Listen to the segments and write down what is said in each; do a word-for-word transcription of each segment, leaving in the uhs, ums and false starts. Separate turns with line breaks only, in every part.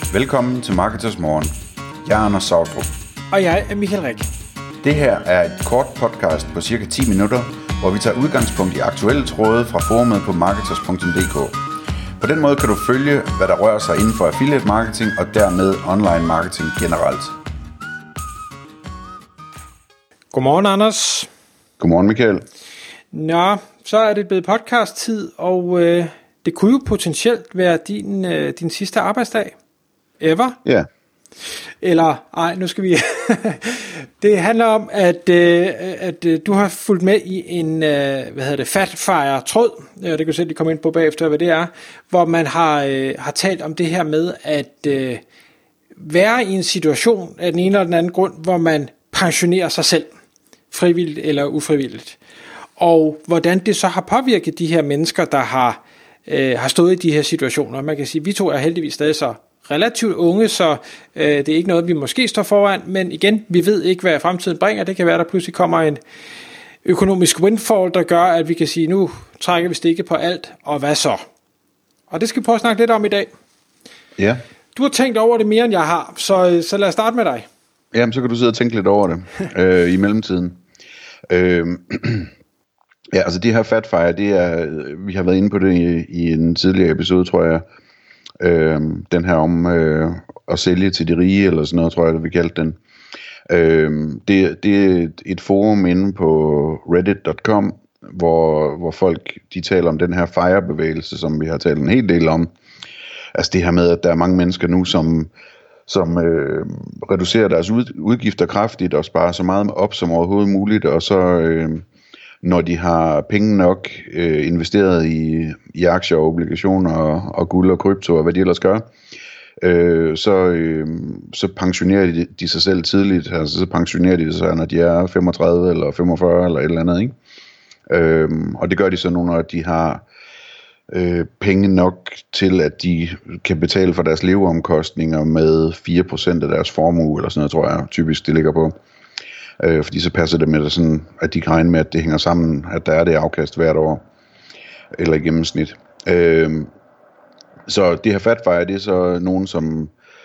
Velkommen til Marketers Morgen. Jeg er Anders Sautrup.
Og jeg er Michael Rik.
Det her er et kort podcast på cirka ti minutter, hvor vi tager udgangspunkt i aktuelle tråde fra forumet på marketers punktum d k. På den måde kan du følge, hvad der rører sig inden for affiliate marketing og dermed online marketing generelt.
Godmorgen, Anders.
Godmorgen, Michael.
Nå, så er det blevet podcast-tid, og øh, det kunne jo potentielt være din, øh, din sidste arbejdsdag. Ever?
Ja. Yeah.
Eller, ej, nu skal vi... Det handler om, at, øh, at øh, du har fulgt med i en, øh, hvad hedder det, Fatfire-tråd, det kan du selv lige komme ind på bagefter, hvad det er, hvor man har, øh, har talt om det her med at øh, være i en situation af den ene eller den anden grund, hvor man pensionerer sig selv, frivilligt eller ufrivilligt. Og hvordan det så har påvirket de her mennesker, der har, øh, har stået i de her situationer. Man kan sige, at vi to er heldigvis stadig så relativt unge, så øh, det er ikke noget, vi måske står foran, men igen, vi ved ikke, hvad fremtiden bringer. Det kan være, der pludselig kommer en økonomisk windfall, der gør, at vi kan sige, nu trækker vi stikket på alt, og hvad så? Og det skal vi prøve at snakke lidt om i dag.
Ja.
Du har tænkt over det mere, end jeg har, så, så lad os starte med dig.
Jamen, så kan du sidde og tænke lidt over det øh, i mellemtiden. Øh, ja, altså det her Fatfire, det er, vi har været inde på det i, i en tidligere episode, tror jeg, Øh, den her om øh, at sælge til de rige, eller sådan noget, tror jeg, vi kaldte den. Øh, det, det er et, et forum inde på reddit punktum com, hvor, hvor folk, de taler om den her FIRE-bevægelse, som vi har talt en hel del om. Altså det her med, at der er mange mennesker nu, som, som øh, reducerer deres ud, udgifter kraftigt, og sparer så meget op som overhovedet muligt, og så... Øh, når de har penge nok øh, investeret i, i aktier og obligationer og, og guld og krypto og hvad de ellers gør, øh, så, øh, så pensionerer de, de sig selv tidligt. Altså så pensionerer de sig, når de er femogtredive eller femogfyrre eller et eller andet, ikke? Øh, og det gør de så nu, når de har øh, penge nok til, at de kan betale for deres leveomkostninger med fire procent af deres formue, eller sådan noget, tror jeg typisk det ligger på. Øh, fordi så passer det med det sådan, at de kan regne med, at det hænger sammen, at der er det afkast hvert år, eller i gennemsnit. Øh, så det her Fatfire, det er så nogen, som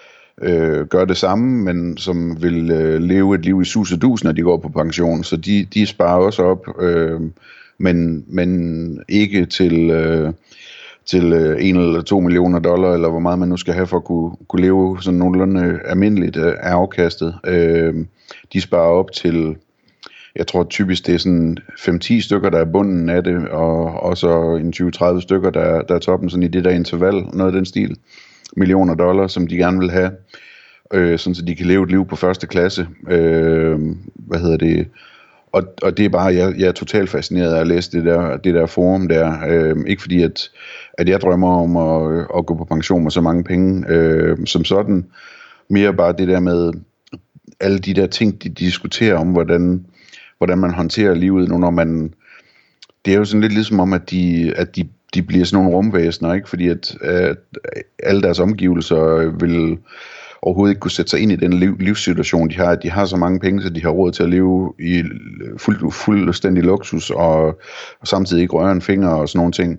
øh, gør det samme, men som vil øh, leve et liv i sus og dus, når de går på pension. Så de, de sparer også op, øh, men, men ikke til... Øh, til en eller to millioner dollar, eller hvor meget man nu skal have for at kunne, kunne leve sådan nogenlunde almindeligt af afkastet. Øh, de sparer op til, jeg tror typisk det er sådan fem til ti stykker, der er bunden af det, og, og så en tyve til tredive stykker, der, der er toppen, sådan i det der interval, noget af den stil, millioner dollar, som de gerne vil have, øh, sådan så de kan leve et liv på første klasse. Øh, hvad hedder det? Og, og det er bare, jeg, jeg er totalt fascineret af at læse det der, det der forum der. Øh, ikke fordi, at, at jeg drømmer om at, at gå på pension med så mange penge øh, som sådan. Mere bare det der med alle de der ting, de diskuterer om, hvordan, hvordan man håndterer livet nu, når man... Det er jo sådan lidt ligesom om, at de, at de, de bliver sådan nogle rumvæsener, ikke? Fordi at, at alle deres omgivelser vil... overhovedet ikke kunne sætte sig ind i den liv, livssituation, de har. De har så mange penge, så de har råd til at leve i fuld, fuldstændig luksus, og, og samtidig ikke røre en finger og sådan nogle ting.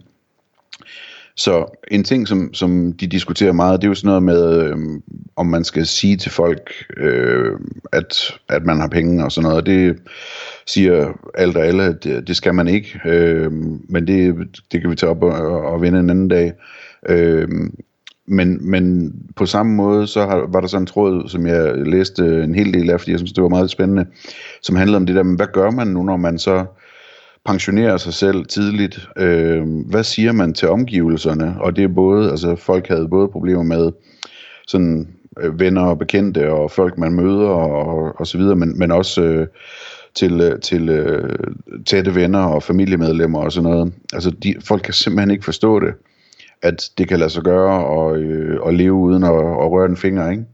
Så en ting, som, som de diskuterer meget, det er jo sådan noget med, øh, om man skal sige til folk, øh, at, at man har penge og sådan noget. Det siger alt og alle, at det, det skal man ikke. Øh, men det, det kan vi tage op og, og vende en anden dag. Øh, Men, men på samme måde, så har, var der sådan en tråd, som jeg læste en hel del af, fordi jeg synes, det var meget spændende, som handlede om det der, men hvad gør man nu, når man så pensionerer sig selv tidligt? Øh, hvad siger man til omgivelserne? Og det er både, altså folk havde både problemer med sådan øh, venner og bekendte, og folk man møder, og, og så videre, men, men også øh, til, til øh, tætte venner og familiemedlemmer og sådan noget. Altså de, folk kan simpelthen ikke forstå det, at det kan lade sig gøre og, øh, og leve uden at, at røre en finger, ikke?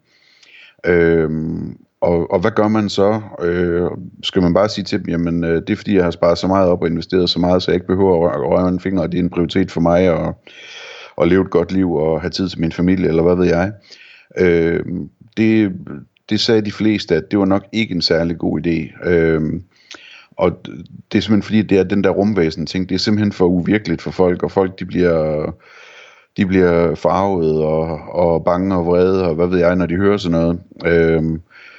Øhm, og, og hvad gør man så? Øh, skal man bare sige til dem, jamen øh, det er fordi jeg har sparet så meget op og investeret så meget, så jeg ikke behøver at røre, at røre en finger, og det er en prioritet for mig at, at leve et godt liv og have tid til min familie, eller hvad ved jeg. Øh, det, det sagde de fleste, at det var nok ikke en særlig god idé. Øh, og det er simpelthen fordi, det er den der rumvæsen ting, det er simpelthen for uvirkeligt for folk, og folk de bliver... de bliver farvet og, og bange og vrede, og hvad ved jeg, når de hører sådan noget. Øhm,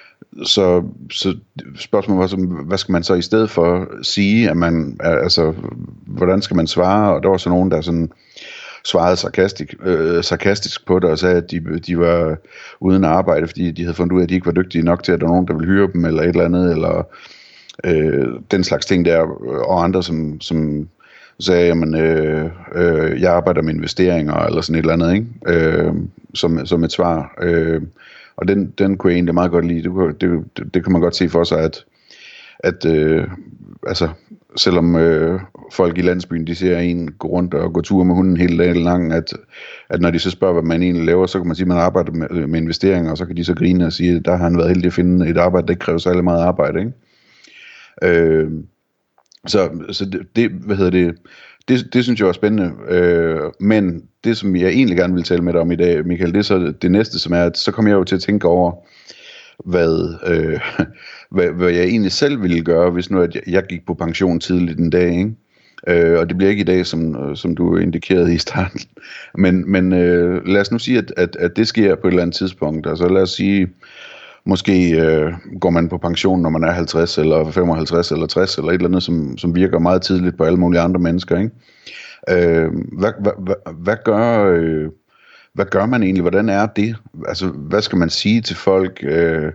så, så spørgsmålet var, så, hvad skal man så i stedet for sige, at man, altså, hvordan skal man svare? Og der var så nogen, der sådan svarede sarkastisk, øh, sarkastisk på det, og sagde, at de, de var uden arbejde, fordi de havde fundet ud af, at de ikke var dygtige nok til, at der var nogen, der ville hyre dem, eller et eller andet, eller øh, den slags ting der, og andre, som, som sagde, jamen, øh, øh, jeg arbejder med investeringer, eller sådan et eller andet, ikke? Øh, som, som et svar. Øh, og den, den kunne jeg egentlig meget godt lide. Det, det, det, det kan man godt se for sig, at, at øh, altså, selvom øh, folk i landsbyen, de ser en gå rundt og gå tur med hunden hele dagen lang, at, at når de så spørger, hvad man egentlig laver, så kan man sige, at man arbejder med, med investeringer, og så kan de så grine og sige, at der har han været heldig at finde et arbejde, der ikke kræver særlig meget arbejde, ikke? Øh, så så det, det, hvad hedder det, det, det synes jeg var spændende, øh, men det, som jeg egentlig gerne vil tale med dig om i dag, Michael, det er så det næste, som er, at så kommer jeg jo til at tænke over, hvad, øh, hvad, hvad jeg egentlig selv ville gøre, hvis nu at jeg, jeg gik på pension tidligt en dag, ikke? Øh, og det bliver ikke i dag, som, som du indikerede i starten, men, men øh, lad os nu sige, at, at, at det sker på et eller andet tidspunkt, altså lad os sige, måske øh, går man på pension, når man er halvtreds, eller femoghalvtreds, eller tres, eller et eller andet, som, som virker meget tidligt på alle mulige andre mennesker, ikke? Øh, hvad, hvad, hvad, hvad gør... Øh, Hvad gør man egentlig? Hvordan er det? Altså, hvad skal man sige til folk? Øh,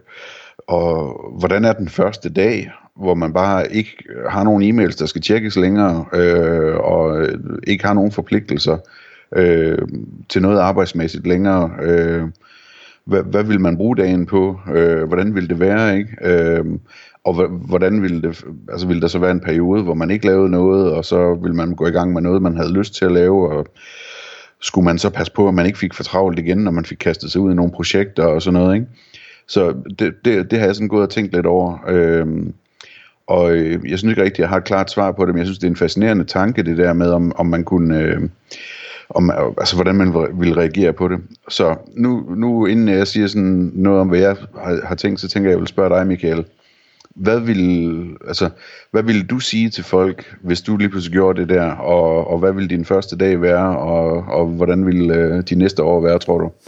og hvordan er den første dag, hvor man bare ikke har nogen e-mails, der skal tjekkes længere, øh, og ikke har nogen forpligtelser øh, til noget arbejdsmæssigt længere? Øh, hvad, hvad vil man bruge dagen på? Øh, hvordan vil det være, ikke? Øh, og hvordan ville det, altså ville der så være en periode, hvor man ikke lavede noget, og så ville man gå i gang med noget, man havde lyst til at lave, og skulle man så passe på, at man ikke fik for travlt igen, når man fik kastet sig ud i nogle projekter og sådan noget, ikke? Så det, det, det har jeg sådan gået og tænkt lidt over. Øhm, og jeg synes ikke rigtigt, jeg har et klart svar på det, men jeg synes, det er en fascinerende tanke, det der med, om, om man kunne, øh, om, altså hvordan man ville reagere på det. Så nu, nu inden jeg siger sådan noget om, hvad jeg har, har tænkt, så tænker jeg, jeg vil spørge dig, Michael. Hvad ville, altså, hvad ville du sige til folk, hvis du lige pludselig gjorde det der, og, og hvad ville din første dag være, og, og hvordan ville øh, de næste år være, tror du?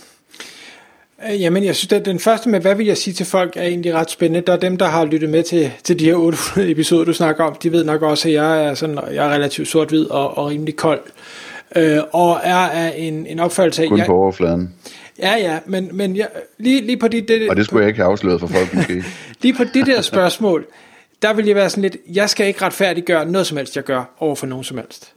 Jamen, jeg synes, at den første med, hvad vil jeg sige til folk, er egentlig ret spændende. Der er dem, der har lyttet med til, til de her otte hundrede episoder, du snakker om. De ved nok også, at jeg er, sådan, jeg er relativt sort-hvid og, og rimelig kold. Øh, og er af en, en opfattelse af...
Kun
jeg,
på overfladen.
Ja, ja, men, men jeg, lige, lige på det... det
og det skulle jeg ikke have afsløret for folk, måske.
Lige på det der spørgsmål, der vil jeg være sådan lidt, jeg skal ikke retfærdiggøre noget som helst, jeg gør over for nogen som helst.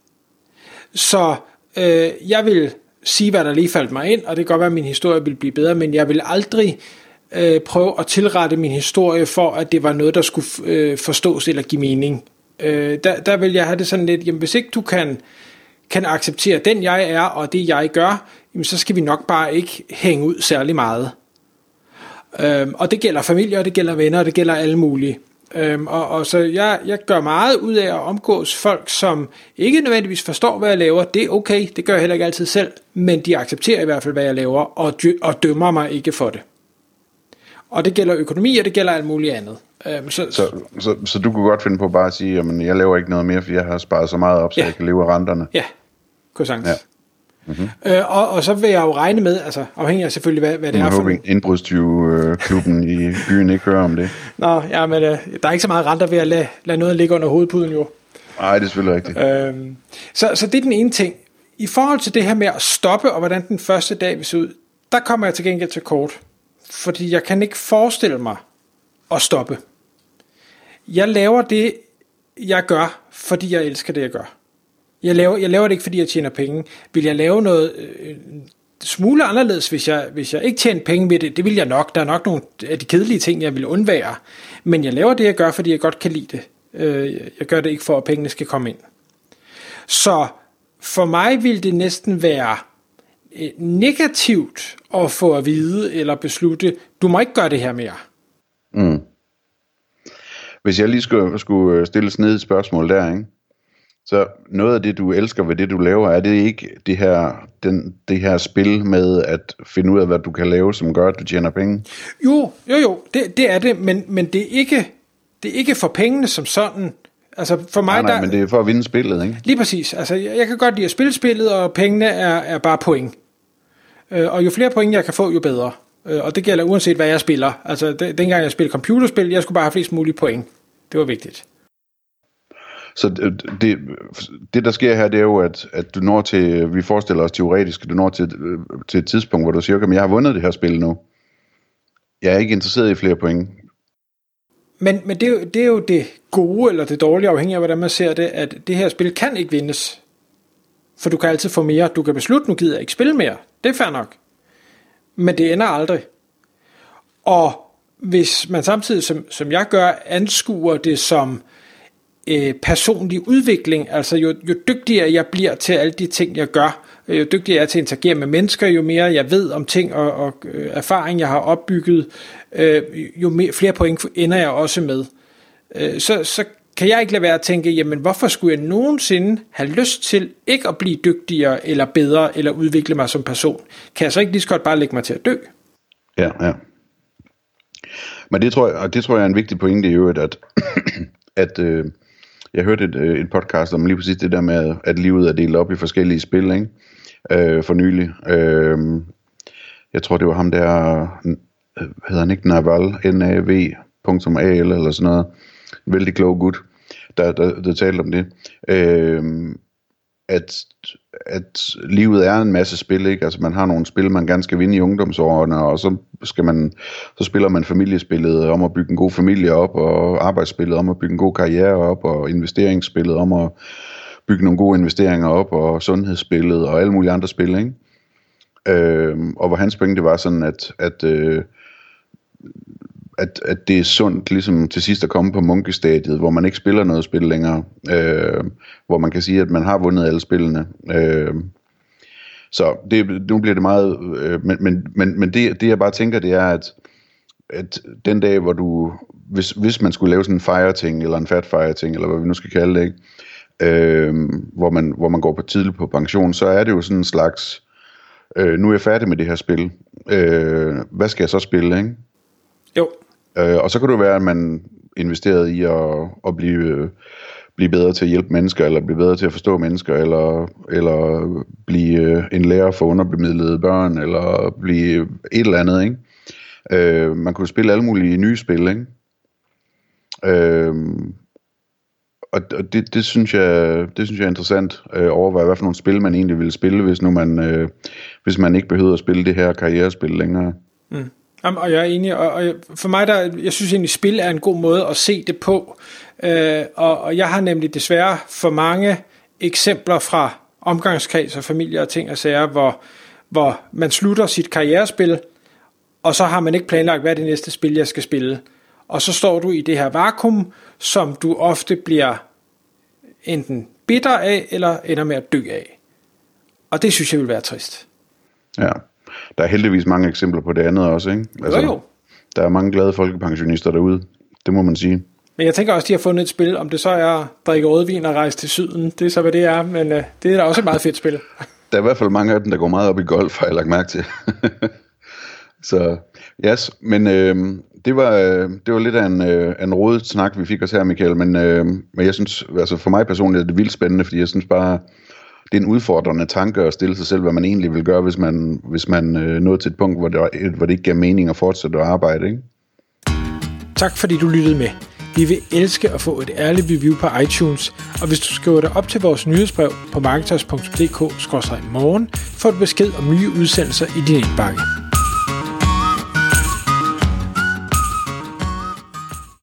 Så øh, jeg vil sige, hvad der lige faldt mig ind, og det kan godt være, at min historie vil blive bedre, men jeg vil aldrig øh, prøve at tilrette min historie for, at det var noget, der skulle øh, forstås eller give mening. Øh, der, der vil jeg have det sådan lidt, jamen hvis ikke du kan, kan acceptere den jeg er, og det jeg gør, jamen, så skal vi nok bare ikke hænge ud særlig meget. Øhm, og det gælder familie, og det gælder venner, og det gælder alle mulige. Øhm, og, og så jeg, jeg gør meget ud af at omgås folk, som ikke nødvendigvis forstår, hvad jeg laver. Det er okay, det gør jeg heller ikke altid selv, men de accepterer i hvert fald, hvad jeg laver, og, dø- og dømmer mig ikke for det. Og det gælder økonomi, og det gælder alt muligt andet. Øhm, så,
så, så, så du kunne godt finde på bare at sige, jamen jeg laver ikke noget mere, for jeg har sparet så meget op, så ja. Jeg kan leve af renterne.
Ja, kunne sagtens. Ja.
Mm-hmm.
Øh, og, og så vil jeg jo regne med, altså afhængig af selvfølgelig, hvad, hvad det
jeg
er for...
Jeg håber, indbrudstyveklubben i byen ikke hører om det.
Nå, ja, men øh, der er ikke så meget renter ved at lade, lade noget ligge under hovedpuden jo.
Nej, det er selvfølgelig rigtigt.
Øhm, så, så det er den ene ting. I forhold til det her med at stoppe, og hvordan den første dag vil se ud, der kommer jeg til gengæld til kort. Fordi jeg kan ikke forestille mig at stoppe. Jeg laver det, jeg gør, fordi jeg elsker det, jeg gør. Jeg laver, jeg laver det ikke, fordi jeg tjener penge. Vil jeg lave noget øh, smule anderledes, hvis jeg, hvis jeg ikke tjener penge med det? Det vil jeg nok. Der er nok nogle af de kedelige ting, jeg vil undvære. Men jeg laver det, jeg gør, fordi jeg godt kan lide det. Øh, jeg gør det ikke for, at pengene skal komme ind. Så for mig vil det næsten være øh, negativt at få at vide eller beslutte, du må ikke gøre det her mere.
Mm. Hvis jeg lige skulle, skulle stille sådan et spørgsmål der, ikke? Så noget af det, du elsker ved det, du laver, er det ikke det her, den, det her spil med at finde ud af, hvad du kan lave, som gør, at du tjener penge?
Jo, jo, jo, det, det er det, men, men det, er ikke, det er ikke for pengene som sådan. Altså for mig,
nej, nej,
der,
men det er for at vinde spillet, ikke?
Lige præcis. Altså, jeg, jeg kan godt lide at spille spillet, og pengene er, er bare point. Øh, og jo flere point jeg kan få, jo bedre. Øh, og det gælder uanset hvad jeg spiller. Altså det, dengang jeg spillede computerspil, jeg skulle bare have flest mulige point. Det var vigtigt.
Så det, det, det der sker her, det er jo, at, at du når til, vi forestiller os teoretisk, du når til, til et tidspunkt, hvor du siger, at jeg har vundet det her spil nu. Jeg er ikke interesseret i flere point.
Men, men det, er jo, det er jo det gode eller det dårlige, afhængig af hvordan man ser det, at det her spil kan ikke vindes. For du kan altid få mere. Du kan beslutte, nu gider jeg ikke spille mere. Det er fair nok. Men det ender aldrig. Og hvis man samtidig, som, som jeg gør, anskuer det som øh, personlig udvikling, altså jo, jo dygtigere jeg bliver til alle de ting, jeg gør, jo dygtigere jeg er til at interagere med mennesker, jo mere jeg ved om ting og, og øh, erfaring, jeg har opbygget, øh, jo mere, flere point ender jeg også med. Øh, så, så kan jeg ikke lade være at tænke, jamen hvorfor skulle jeg nogensinde have lyst til ikke at blive dygtigere, eller bedre, eller udvikle mig som person? Kan jeg så ikke lige så godt bare lægge mig til at dø?
Ja, ja. Men det tror jeg, og det tror jeg er en vigtig pointe i øvrigt, at, at øh, jeg hørte et, et podcast om lige præcis det der med, at livet er delt op i forskellige spil, ikke? Øh, for nylig. Øh, jeg tror, det var ham der, hedder han ikke Naval, N A V A L eller sådan noget, vældig klog gut, der, der, der talte om det. Øh, at, at livet er en masse spil, ikke? Altså man har nogle spil, man gerne skal vinde i ungdomsårene, og så skal man, så spiller man familiespillet om at bygge en god familie op, og arbejdsspillet om at bygge en god karriere op, og investeringsspillet om at bygge nogle gode investeringer op, og sundhedsspillet, og alle mulige andre spil, ikke? Øh, og hvor hans pointe var sådan, at, at, øh, at, at det er sundt ligesom til sidst at komme på munkestadiet, hvor man ikke spiller noget spil længere, øh, hvor man kan sige, at man har vundet alle spillene. Øh, så det, nu bliver det meget, øh, men, men, men, men det, det jeg bare tænker, det er, at, at den dag, hvor du, hvis, hvis man skulle lave sådan en fire-ting, eller en fat fire-ting, eller hvad vi nu skal kalde det, ikke? Øh, hvor, man, hvor man går på tidligt på pension, så er det jo sådan en slags, øh, nu er jeg færdig med det her spil, øh, hvad skal jeg så spille, ikke?
Jo.
Øh, og så kan det være, at man investerer i at, at blive, øh, blive bedre til at hjælpe mennesker, eller blive bedre til at forstå mennesker, eller, eller blive øh, en lærer for underbemidlede børn, eller blive et eller andet, ikke? Øh, man kunne spille alle mulige nye spil, ikke? Øh, og det, det, synes jeg, det synes jeg er interessant at overveje, hvad for nogle spil man egentlig ville spille, hvis nu man, øh, hvis man ikke behøver at spille det her karrierespil længere.
Mm. Jamen, og jeg er enig, og, og for mig, der, jeg synes egentlig, spil er en god måde at se det på, øh, og, og jeg har nemlig desværre for mange eksempler fra omgangskreds og familie og ting og sager, hvor, hvor man slutter sit karrierespil, og så har man ikke planlagt, hvad er det næste spil, jeg skal spille. Og så står du i det her vakuum, som du ofte bliver enten bitter af, eller ender med at dø af. Og det synes jeg vil være trist.
Ja, der er heldigvis mange eksempler på det andet også, ikke? Altså,
jo, jo.
Der er mange glade folkepensionister derude, det må man sige.
Men jeg tænker også, de har fundet et spil, om det så er at drikke rødvin og rejse til syden. Det er så, hvad det er, men uh, det er da også et meget fedt spil.
Der er i hvert fald mange af dem, der går meget op i golf, har jeg lagt mærke til. Så, yes, men øh, det, var, øh, det var lidt af en, øh, en rodet snak, vi fik os her, Michael, men, øh, men jeg synes, altså for mig personligt er det vildt spændende, fordi jeg synes bare, det er en udfordrende tanke at stille sig selv, hvad man egentlig vil gøre, hvis man, hvis man øh, nåede til et punkt, hvor det, hvor det ikke giver mening at fortsætte at arbejde, ikke?
Tak fordi du lyttede med. Vi vil elske at få et ærligt review på iTunes, og hvis du skriver dig op til vores nyhedsbrev på marketers punktum d k skråstreg morgen, får du besked om nye udsendelser i din indbakke.